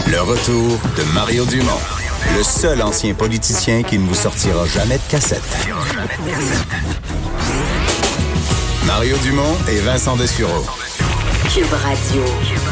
Le retour de Mario Dumont, le seul ancien politicien qui ne vous sortira jamais de cassette. Mario Dumont et Vincent Dessureau. Cube Radio.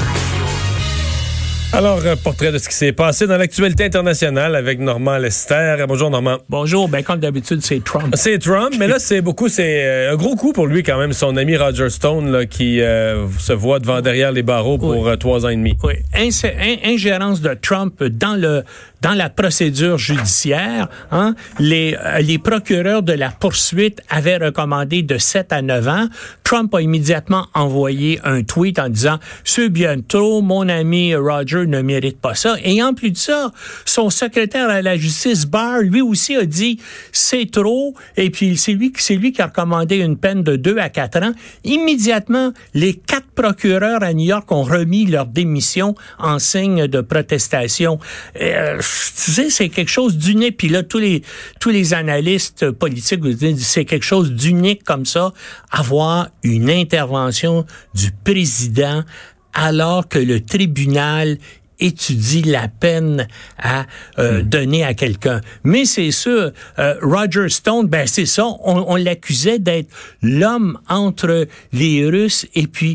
Alors, portrait de ce qui s'est passé dans l'actualité internationale avec Normand Lester. Bonjour, Normand. Bonjour. Ben, comme d'habitude, c'est Trump. C'est Trump, mais là, c'est un gros coup pour lui quand même. Son ami Roger Stone, là, qui se voit derrière les barreaux pour 3 ans et demi. Oui. Ingérence de Trump dans la procédure judiciaire. Hein? Les procureurs de la poursuite avaient recommandé de 7 à 9 ans. Trump a immédiatement envoyé un tweet en disant « C'est bien trop, mon ami Roger ne mérite pas ça ». Et en plus de ça, son secrétaire à la justice, Barr, lui aussi a dit « C'est trop ». Et puis c'est lui qui a recommandé une peine de 2 à 4 ans. Immédiatement, les 4 procureurs à New York ont remis leur démission en signe de protestation. Tu sais, c'est quelque chose d'unique. Puis là, tous les analystes politiques vous disent c'est quelque chose d'unique comme ça, avoir une intervention du président alors que le tribunal étudie la peine à donner à quelqu'un. Mais c'est sûr, Roger Stone, ben c'est ça, on l'accusait d'être l'homme entre les Russes et puis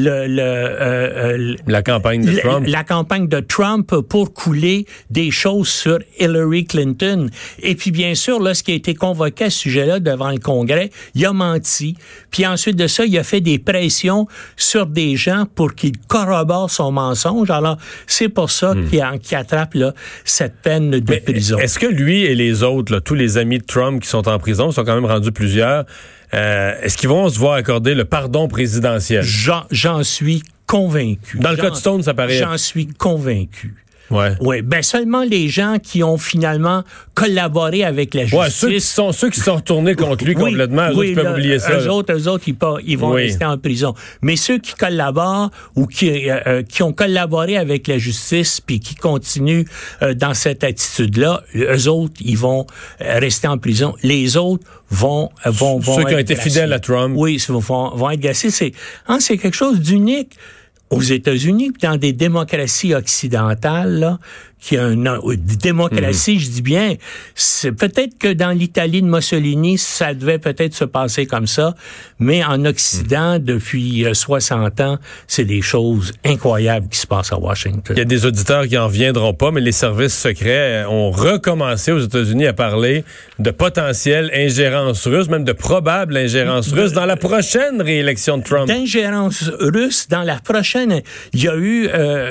la campagne de Trump. La campagne de Trump pour couler des choses sur Hillary Clinton. Et puis bien sûr, lorsqu'il a été convoqué à ce sujet-là devant le Congrès, il a menti. Puis ensuite de ça, il a fait des pressions sur des gens pour qu'ils corroborent son mensonge. Alors, c'est pour ça qu'il attrape là, cette peine de prison. Est-ce que lui et les autres, là, tous les amis de Trump qui sont en prison, sont quand même rendus plusieurs, est-ce qu'ils vont se voir accorder le pardon présidentiel? J'en suis convaincu. Dans le cas de Stone, ça paraît... J'en suis convaincu. Ouais. Oui, ben seulement les gens qui ont finalement collaboré avec la justice. Ouais, ceux qui sont retournés contre lui complètement, eux autres peuvent oublier ça. Eux autres, ils vont rester en prison. Mais ceux qui collaborent ou qui ont collaboré avec la justice puis qui continuent dans cette attitude-là, eux autres, ils vont rester en prison. Les autres vont ceux qui ont été fidèles à Trump. Oui, vont être gassés. C'est quelque chose d'unique. Aux États-Unis, dans des démocraties occidentales, là, qui a une démocratie, je dis bien, c'est peut-être que dans l'Italie de Mussolini, ça devait peut-être se passer comme ça, mais en Occident, depuis 60 ans, c'est des choses incroyables qui se passent à Washington. Il y a des auditeurs qui en reviendront pas, mais les services secrets ont recommencé aux États-Unis à parler de potentielle ingérence russe, même de probable ingérence russe dans la prochaine réélection de Trump. D'ingérence russe dans la prochaine, il y a eu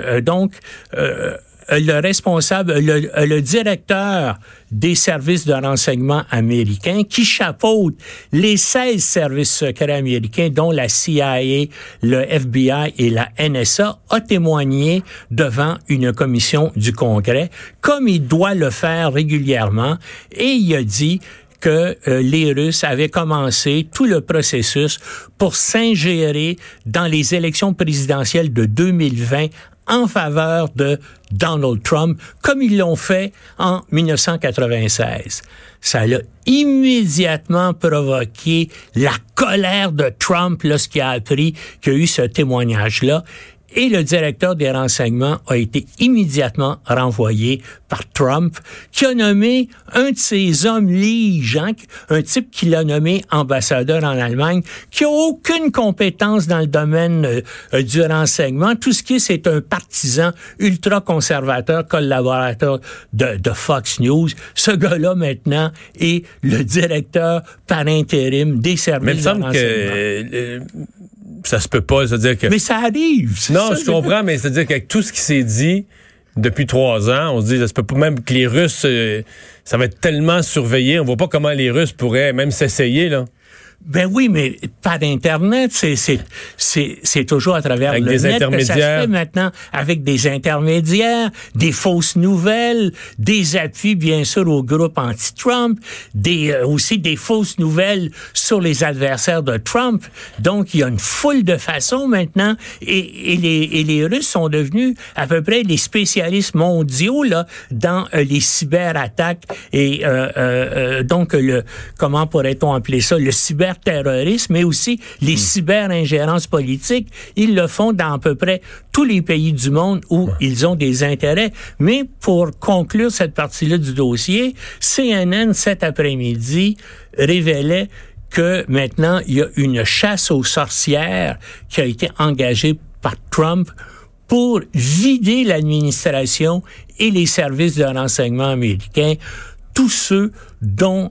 le responsable, le directeur des services de renseignement américains qui chapeaute les 16 services secrets américains, dont la CIA, le FBI et la NSA, a témoigné devant une commission du Congrès, comme il doit le faire régulièrement, et il a dit que les Russes avaient commencé tout le processus pour s'ingérer dans les élections présidentielles de 2020 en faveur de Donald Trump, comme ils l'ont fait en 1996. Ça a immédiatement provoqué la colère de Trump lorsqu'il a appris qu'il y a eu ce témoignage-là. Et le directeur des renseignements a été immédiatement renvoyé par Trump, qui a nommé un de ses hommes liges, un type qu'il a nommé ambassadeur en Allemagne, qui a aucune compétence dans le domaine du renseignement. Tout ce qui est, c'est un partisan ultra-conservateur, collaborateur de Fox News. Ce gars-là, maintenant, est le directeur par intérim des services de renseignement. Ça se peut pas, c'est-à-dire que... Mais ça arrive. Non, je comprends, mais c'est-à-dire qu'avec tout ce qui s'est dit depuis 3 ans, on se dit, ça se peut pas, même que les Russes, ça va être tellement surveillé, on voit pas comment les Russes pourraient même s'essayer, là. Ben oui, mais par Internet, c'est toujours à travers avec le des net intermédiaires. Que ça se fait maintenant, avec des intermédiaires, des fausses nouvelles, des appuis, bien sûr, au groupe anti-Trump, aussi des fausses nouvelles sur les adversaires de Trump. Donc, il y a une foule de façons maintenant, et les Russes sont devenus à peu près les spécialistes mondiaux là dans les cyberattaques et donc comment pourrait-on appeler ça, le cyber cyberterrorisme, mais aussi les cyber-ingérences politiques. Ils le font dans à peu près tous les pays du monde où ils ont des intérêts. Mais pour conclure cette partie-là du dossier, CNN, cet après-midi, révélait que maintenant, il y a une chasse aux sorcières qui a été engagée par Trump pour vider l'administration et les services de renseignement américains, tous ceux dont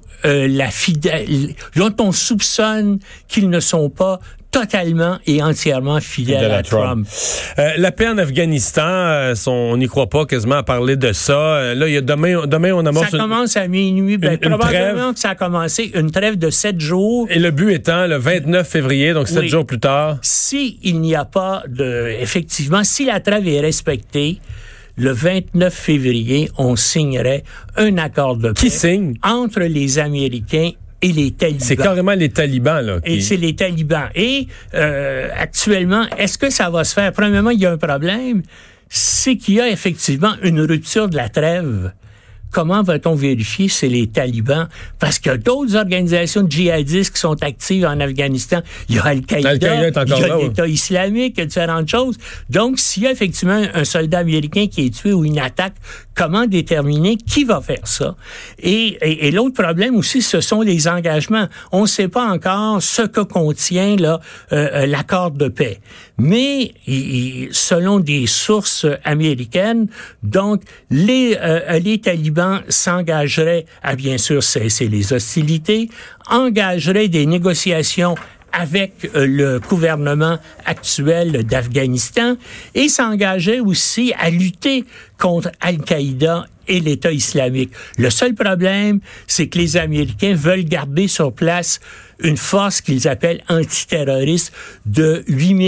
dont on soupçonne qu'ils ne sont pas totalement et entièrement fidèles à Trump. La paix en Afghanistan, on n'y croit pas quasiment à parler de ça. Là, il y a demain on amorce... Ça commence à minuit. Probablement que ça a commencé une trêve de 7 jours. Et le but étant le 29 février, donc 7 jours plus tard. Si il n'y a pas effectivement, si la trêve est respectée, le 29 février, on signerait un accord de paix. Qui signe? Entre les Américains et les talibans. C'est carrément les talibans, là. Et c'est les talibans. Et actuellement, est-ce que ça va se faire? Premièrement, il y a un problème, c'est qu'il y a effectivement une rupture de la trêve. Comment va-t-on vérifier si c'est les talibans? Parce qu'il y a d'autres organisations djihadistes qui sont actives en Afghanistan. Il y a Al-Qaïda, il y a l'État islamique, il y a différentes choses. Donc, s'il y a effectivement un soldat américain qui est tué ou une attaque, comment déterminer qui va faire ça? Et l'autre problème aussi, ce sont les engagements. On ne sait pas encore ce que contient là l'accord de paix. Mais selon des sources américaines, donc les talibans s'engageraient à bien sûr cesser les hostilités, engageraient des négociations avec le gouvernement actuel d'Afghanistan et s'engageait aussi à lutter contre Al-Qaïda et l'État islamique. Le seul problème, c'est que les Américains veulent garder sur place une force qu'ils appellent antiterroriste de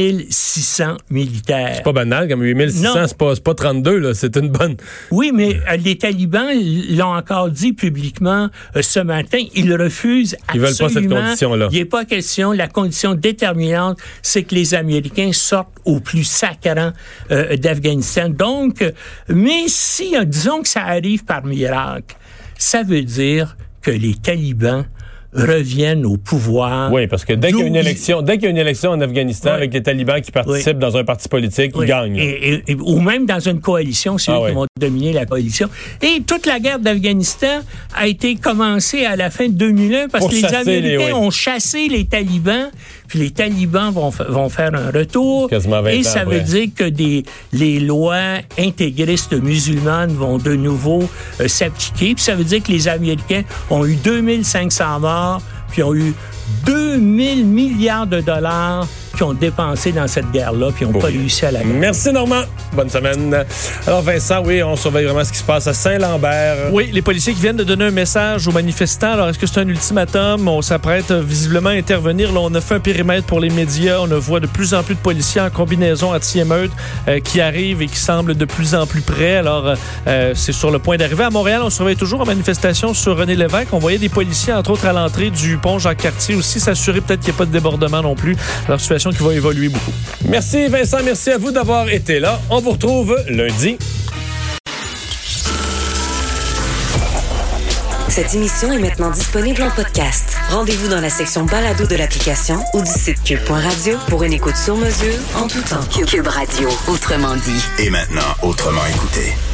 8600 militaires. C'est pas banal, comme 8600, c'est pas 32, là, c'est une bonne... Oui, mais les talibans l'ont encore dit publiquement ce matin, ils refusent absolument... Ils veulent pas cette condition-là. Il n'est pas question, la condition déterminante, c'est que les Américains sortent au plus sacrant d'Afghanistan. Donc, mais si, disons que ça arrive par miracle, ça veut dire que les talibans reviennent au pouvoir. Oui, parce que dès qu'il y a une élection en Afghanistan avec les talibans qui participent dans un parti politique, ils gagnent. Ou même dans une coalition, c'est eux qui vont dominer la coalition. Et toute la guerre d'Afghanistan a été commencée à la fin de 2001 parce que les Américains ont chassé les talibans, puis les talibans vont faire un retour. Et ça veut dire que les lois intégristes musulmanes vont de nouveau s'appliquer. Puis ça veut dire que les Américains ont eu 2500 morts, puis ont eu 2000 milliards de dollars qui ont dépensé dans cette guerre-là, puis n'ont pas réussi à la gagner. Merci, Normand. Bonne semaine. Alors, Vincent, on surveille vraiment ce qui se passe à Saint-Lambert. Oui, les policiers qui viennent de donner un message aux manifestants. Alors, est-ce que c'est un ultimatum? On s'apprête visiblement à intervenir. Là, on a fait un périmètre pour les médias. On voit de plus en plus de policiers en combinaison anti-émeute qui arrivent et qui semblent de plus en plus près. Alors, c'est sur le point d'arriver. À Montréal, on surveille toujours en manifestation sur René Lévesque. On voyait des policiers, entre autres, à l'entrée du pont Jacques-Cartier aussi, s'assurer peut-être qu'il n'y ait pas de débordement non plus. Alors, situation qui va évoluer beaucoup. Merci Vincent, merci à vous d'avoir été là. On vous retrouve lundi. Cette émission est maintenant disponible en podcast. Rendez-vous dans la section balado de l'application ou du site cube.radio pour une écoute sur mesure en tout temps. Cube Radio, autrement dit. Et maintenant, autrement écouté.